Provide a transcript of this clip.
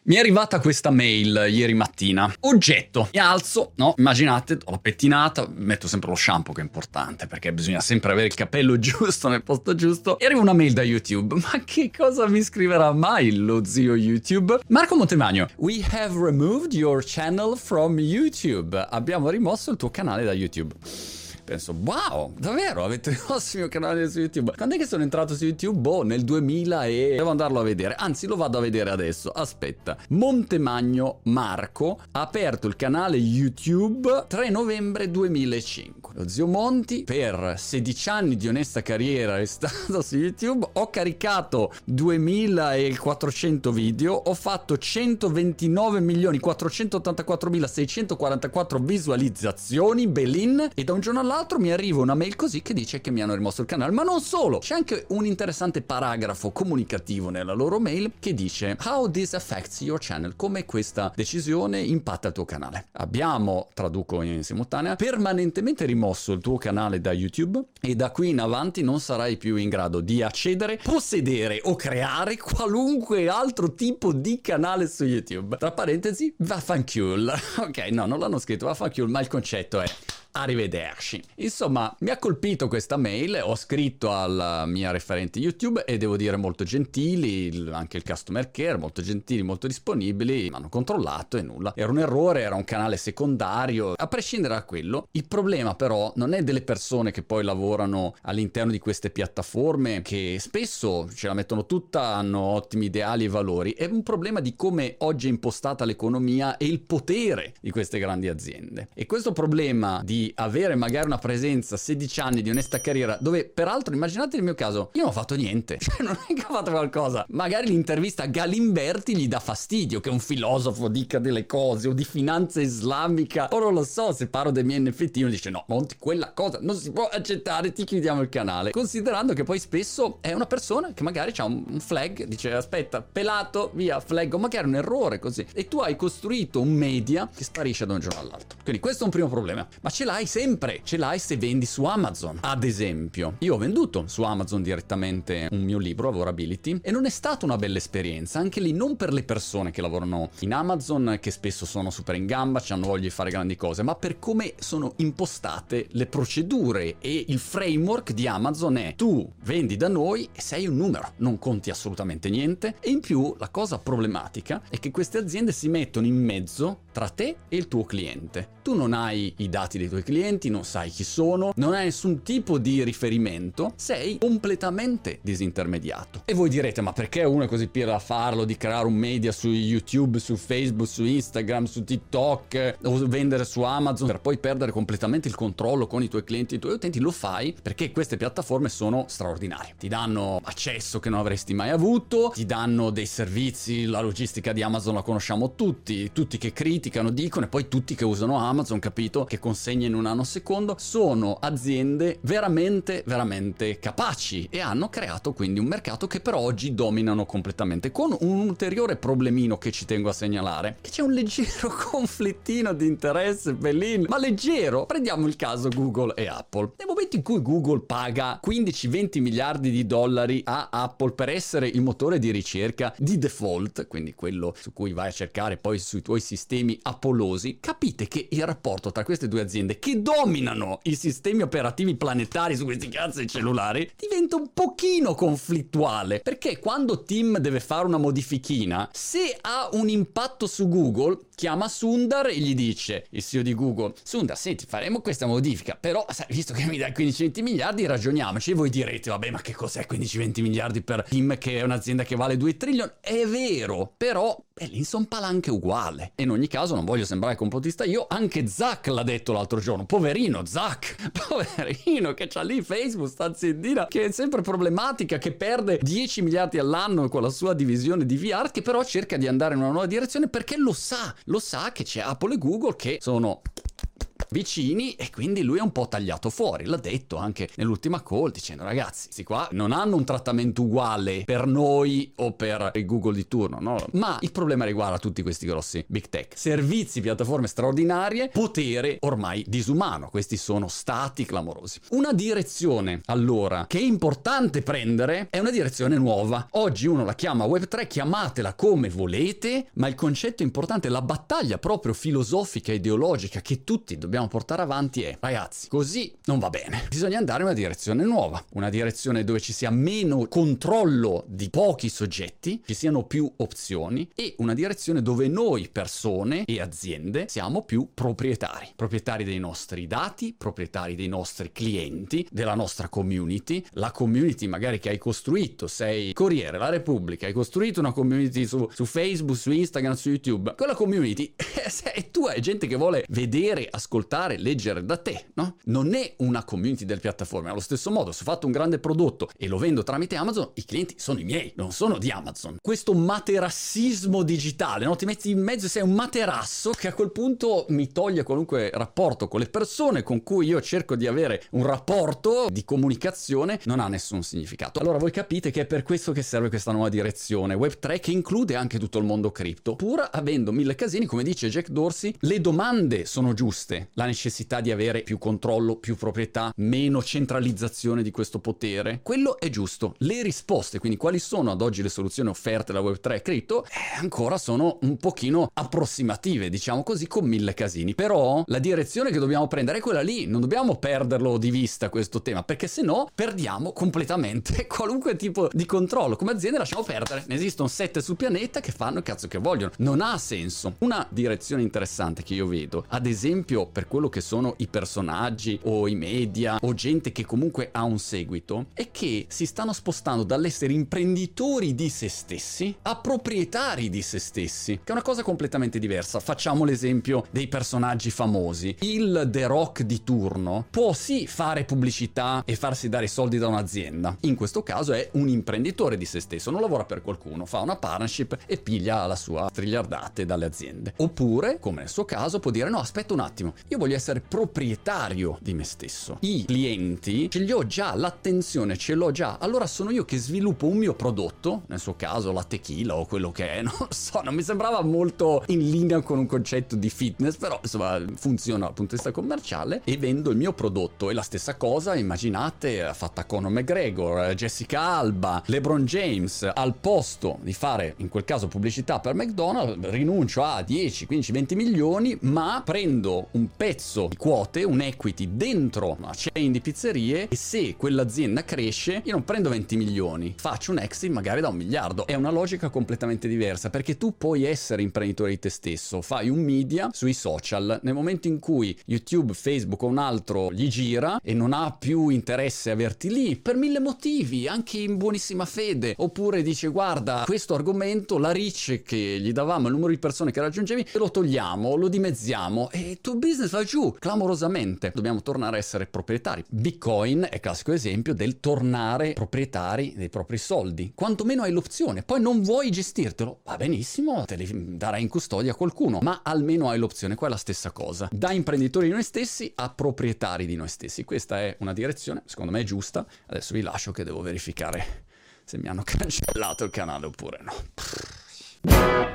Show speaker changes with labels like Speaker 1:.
Speaker 1: Mi è arrivata questa mail ieri mattina. Oggetto. Mi alzo, no? Immaginate, ho la pettinata, metto sempre lo shampoo che è importante perché bisogna sempre avere il capello giusto nel posto giusto. E arriva una mail da YouTube. Ma che cosa mi scriverà mai lo zio YouTube? Marco Montemagno, we have removed your channel from YouTube. Abbiamo rimosso il tuo canale da YouTube. Penso, wow, davvero avete rimosso il mio canale su YouTube? Quando è che sono entrato su YouTube? Boh, nel 2000 e... devo andarlo a vedere. Anzi, lo vado a vedere adesso. Aspetta. Montemagno Marco ha aperto il canale YouTube 3 novembre 2005. Lo zio Monti, per 16 anni di onesta carriera è stato su YouTube. Ho caricato 2400 video. Ho fatto 129.484.644 visualizzazioni. Belin. E da un giorno all'altro mi arriva una mail così che dice che mi hanno rimosso il canale. Ma non solo, c'è anche un interessante paragrafo comunicativo nella loro mail che dice how this affects your channel, come questa decisione impatta il tuo canale. Abbiamo, traduco in simultanea, permanentemente rimosso il tuo canale da YouTube e da qui in avanti non sarai più in grado di accedere, possedere o creare qualunque altro tipo di canale su YouTube. Tra parentesi, vaffanculo. Ok, no, non l'hanno scritto vaffanculo, ma il concetto è arrivederci. Insomma, mi ha colpito questa mail, ho scritto alla mia referente YouTube e devo dire molto gentili, anche il customer care, molto gentili, molto disponibili, mi hanno controllato e nulla. Era un errore, era un canale secondario, a prescindere da quello. Il problema però non è delle persone che poi lavorano all'interno di queste piattaforme, che spesso ce la mettono tutta, hanno ottimi ideali e valori, è un problema di come oggi è impostata l'economia e il potere di queste grandi aziende. E questo problema di avere magari una presenza 16 anni di onesta carriera, dove peraltro immaginate il mio caso, io non ho fatto niente, cioè non è che ho fatto qualcosa, magari l'intervista a Galimberti gli dà fastidio che un filosofo dica delle cose, o di finanza islamica, o non lo so, se parlo dei miei NFT uno dice no Monti, quella cosa non si può accettare, ti chiudiamo il canale, considerando che poi spesso è una persona che magari ha un flag, dice aspetta, pelato, via, flag, o magari un errore così, e tu hai costruito un media che sparisce da un giorno all'altro. Quindi questo è un primo problema, ma ce l'hai sempre, ce l'hai se vendi su Amazon. Ad esempio, io ho venduto su Amazon direttamente un mio libro, Avorability, e non è stata una bella esperienza, anche lì non per le persone che lavorano in Amazon, che spesso sono super in gamba, hanno voglia di fare grandi cose, ma per come sono impostate le procedure e il framework di Amazon è tu vendi da noi e sei un numero, non conti assolutamente niente, e in più la cosa problematica è che queste aziende si mettono in mezzo tra te e il tuo cliente. Tu non hai i dati dei tuoi clienti, non sai chi sono, non hai nessun tipo di riferimento, sei completamente disintermediato. E voi direte, ma perché uno è così pieno da farlo, di creare un media su YouTube, su Facebook, su Instagram, su TikTok, o vendere su Amazon per poi perdere completamente il controllo con i tuoi clienti e i tuoi utenti? Lo fai perché queste piattaforme sono straordinarie. Ti danno accesso che non avresti mai avuto, ti danno dei servizi, la logistica di Amazon la conosciamo tutti che criticano, dicono, e poi tutti che usano Amazon, capito? Che consegna in un nanosecondo. Sono aziende veramente capaci e hanno creato quindi un mercato che per oggi dominano completamente, con un ulteriore problemino che ci tengo a segnalare, che c'è un leggero conflittino di interesse, bellino, ma leggero. Prendiamo il caso Google e Apple. Nel momento in cui Google paga 15-20 miliardi di dollari a Apple per essere il motore di ricerca di default, quindi quello su cui vai a cercare poi sui tuoi sistemi appolosi, capite che il rapporto tra queste due aziende che dominano i sistemi operativi planetari su questi cazzo di cellulari diventa un pochino conflittuale, perché quando Tim deve fare una modifichina, se ha un impatto su Google, chiama Sundar e gli dice, il CEO di Google, Sundar, senti, faremo questa modifica, però sai, visto che mi dai 15-20 miliardi ragioniamoci. E voi direte, vabbè, ma che cos'è 15-20 miliardi per Tim, che è un'azienda che vale 2 trilioni? È vero, però lì sono palanche uguale. E in ogni caso non voglio sembrare complottista io, anche Zuck l'ha detto l'altro giorno, poverino Zuck, poverino, che c'ha lì Facebook, sta aziendina che è sempre problematica, che perde 10 miliardi all'anno con la sua divisione di VR, che però cerca di andare in una nuova direzione perché lo sa che c'è Apple e Google che sono vicini e quindi lui è un po' tagliato fuori. L'ha detto anche nell'ultima call dicendo: ragazzi, questi qua non hanno un trattamento uguale per noi o per il Google di turno, no? Ma il problema riguarda tutti questi grossi big tech. Servizi, piattaforme straordinarie, potere ormai disumano. Questi sono stati clamorosi. Una direzione, allora, che è importante prendere è una direzione nuova. Oggi uno la chiama Web3, chiamatela come volete, ma il concetto importante, la battaglia proprio filosofica e ideologica che tutti dobbiamo portare avanti è: ragazzi, così non va bene. Bisogna andare in una direzione nuova, una direzione dove ci sia meno controllo di pochi soggetti, ci siano più opzioni, e una direzione dove noi persone e aziende siamo più proprietari dei nostri dati, proprietari dei nostri clienti, della nostra community, la community magari che hai costruito. Sei Corriere, La Repubblica, hai costruito una community su Facebook, su Instagram, su YouTube. Quella community e tu hai gente che vuole vedere, ascoltare, leggere da te, no? Non è una community delle piattaforme. Allo stesso modo, se ho fatto un grande prodotto e lo vendo tramite Amazon, i clienti sono i miei, non sono di Amazon. Questo materassismo digitale, no? Ti metti in mezzo e sei un materasso che a quel punto mi toglie qualunque rapporto con le persone con cui io cerco di avere un rapporto di comunicazione, non ha nessun significato. Allora voi capite che è per questo che serve questa nuova direzione Web3, che include anche tutto il mondo cripto, pur avendo mille casini. Come dice Jack Dorsey, le domande sono giuste, la necessità di avere più controllo, più proprietà, meno centralizzazione di questo potere, quello è giusto. Le risposte, quindi quali sono ad oggi le soluzioni offerte da Web3 cripto, ancora sono un pochino approssimative, diciamo così, con mille casini. Però la direzione che dobbiamo prendere è quella lì, non dobbiamo perderlo di vista questo tema, perché se no perdiamo completamente qualunque tipo di controllo. Come aziende lasciamo perdere, ne esistono 7 sul pianeta che fanno il cazzo che vogliono, non ha senso. Una direzione interessante che io vedo, ad esempio per quello che sono i personaggi o i media o gente che comunque ha un seguito, è che si stanno spostando dall'essere imprenditori di se stessi a proprietari di se stessi, che è una cosa completamente diversa. Facciamo l'esempio dei personaggi famosi. Il The Rock di turno può sì fare pubblicità e farsi dare soldi da un'azienda, in questo caso è un imprenditore di se stesso, non lavora per qualcuno, fa una partnership e piglia la sua strigliardate dalle aziende. Oppure, come nel suo caso, può dire: no, aspetta un attimo, io voglio essere proprietario di me stesso, i clienti ce li ho già, l'attenzione ce l'ho già, allora sono io che sviluppo un mio prodotto, nel suo caso la tequila o quello che è, non lo so, non mi sembrava molto in linea con un concetto di fitness, però insomma funziona dal punto di vista commerciale, e vendo il mio prodotto. E la stessa cosa, immaginate, fatta Conor McGregor, Jessica Alba, LeBron James. Al posto di fare in quel caso pubblicità per McDonald's, rinuncio a 10, 15, 20 milioni, ma prendo un pezzo di quote, un equity dentro una chain di pizzerie, e se quell'azienda cresce io non prendo 20 milioni, faccio un exit magari da 1 miliardo. È una logica completamente diversa, perché tu puoi essere imprenditore di te stesso, fai un media sui social, nel momento in cui YouTube, Facebook o un altro gli gira e non ha più interesse a averti lì per mille motivi, anche in buonissima fede, oppure dice: guarda, questo argomento, la reach che gli davamo, il numero di persone che raggiungevi, lo togliamo, lo dimezziamo e il tuo business va giù clamorosamente. Dobbiamo tornare a essere proprietari. Bitcoin è classico esempio del tornare proprietari dei propri soldi. Quantomeno hai l'opzione, poi non vuoi gestirtelo, va benissimo, te li darai in custodia a qualcuno, ma almeno hai l'opzione. Qua è la stessa cosa, da imprenditori di noi stessi a proprietari di noi stessi. Questa è una direzione, secondo me, giusta. Adesso vi lascio che devo verificare se mi hanno cancellato il canale oppure no.